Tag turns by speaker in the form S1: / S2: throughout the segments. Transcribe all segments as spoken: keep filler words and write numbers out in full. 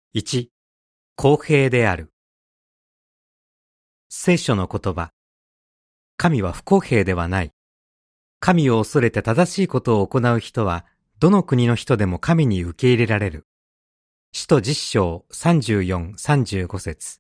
S1: いち、公平である。聖書の言葉。神は不公平ではない。神を恐れて正しいことを行う人は、どの国の人でも神に受け入れられる。使徒実章さんじゅうよん、さんじゅうご節。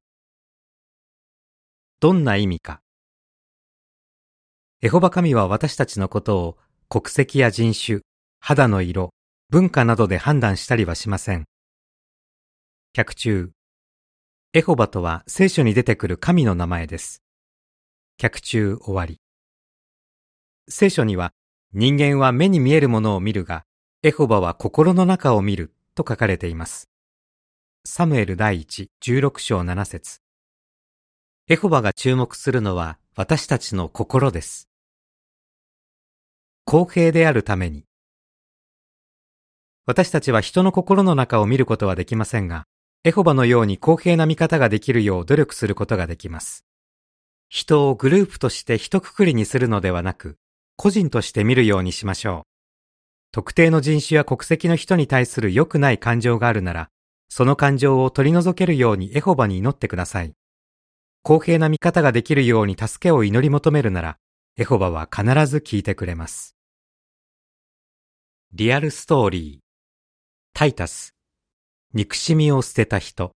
S1: どんな意味か。エホバ神は私たちのことを国籍や人種、肌の色、文化などで判断したりはしません。脚注。エホバとは聖書に出てくる神の名前です。脚注終わり。聖書には、人間は目に見えるものを見るが、エホバは心の中を見ると書かれています。サムエル第一、じゅうろく章なな節。エホバが注目するのは私たちの心です。公平であるために。私たちは人の心の中を見ることはできませんが、エホバのように公平な見方ができるよう努力することができます。人をグループとして一括りにするのではなく、個人として見るようにしましょう。特定の人種や国籍の人に対する良くない感情があるなら、その感情を取り除けるようにエホバに祈ってください。公平な見方ができるように助けを祈り求めるなら、エホバは必ず聞いてくれます。リアルストーリー。タイタス。憎しみを捨てた人。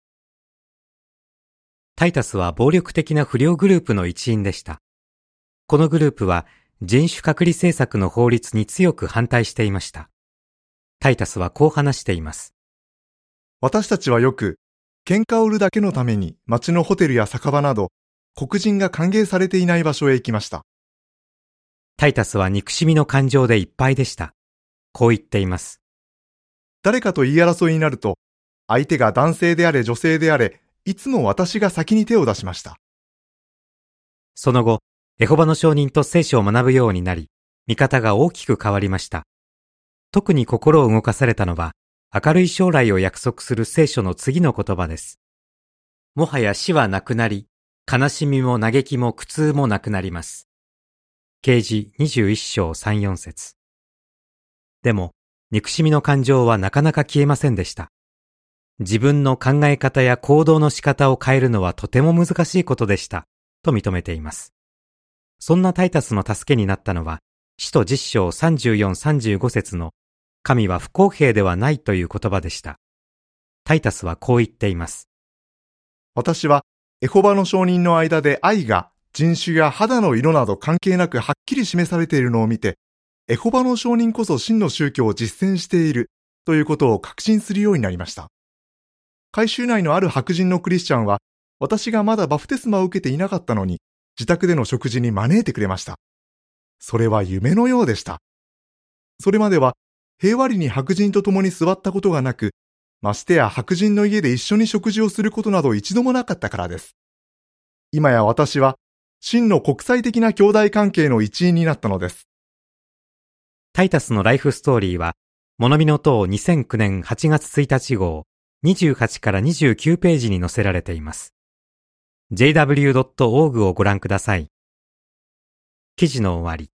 S1: タイタスは暴力的な不良グループの一員でした。このグループは人種隔離政策の法律に強く反対していました。タイタスはこう話しています。
S2: 私たちはよく、喧嘩を売るだけのために町のホテルや酒場など、黒人が歓迎されていない場所へ行きました。
S1: タイタスは憎しみの感情でいっぱいでした。こう言っています。
S2: 誰かと言い争いになると、相手が男性であれ女性であれ、いつも私が先に手を出しました。
S1: その後、エホバの証人と聖書を学ぶようになり、見方が大きく変わりました。特に心を動かされたのは、明るい将来を約束する聖書の次の言葉です。もはや死はなくなり、悲しみも嘆きも苦痛もなくなります。啓示にじゅういち章さん、よん節。でも、憎しみの感情はなかなか消えませんでした。自分の考え方や行動の仕方を変えるのはとても難しいことでした、と認めています。そんなタイタスの助けになったのは、使徒実章さんじゅうよん、さんじゅうご節の神は不公平ではないという言葉でした。タイタスはこう言っています。
S2: 私はエホバの証人の間で愛が人種や肌の色など関係なくはっきり示されているのを見て、エホバの証人こそ真の宗教を実践しているということを確信するようになりました。改宗内のある白人のクリスチャンは、私がまだバプテスマを受けていなかったのに、自宅での食事に招いてくれました。それは夢のようでした。それまでは平和裏に白人と共に座ったことがなく、ましてや白人の家で一緒に食事をすることなど一度もなかったからです。今や私は真の国際的な兄弟関係の一員になったのです。
S1: タイタスのライフストーリーは、物見の塔にせんきゅうねんはちがつついたち号にじゅうはちからにじゅうきゅうページに載せられています。ジェイダブリュードットオーアールジ をご覧ください。記事の終わり。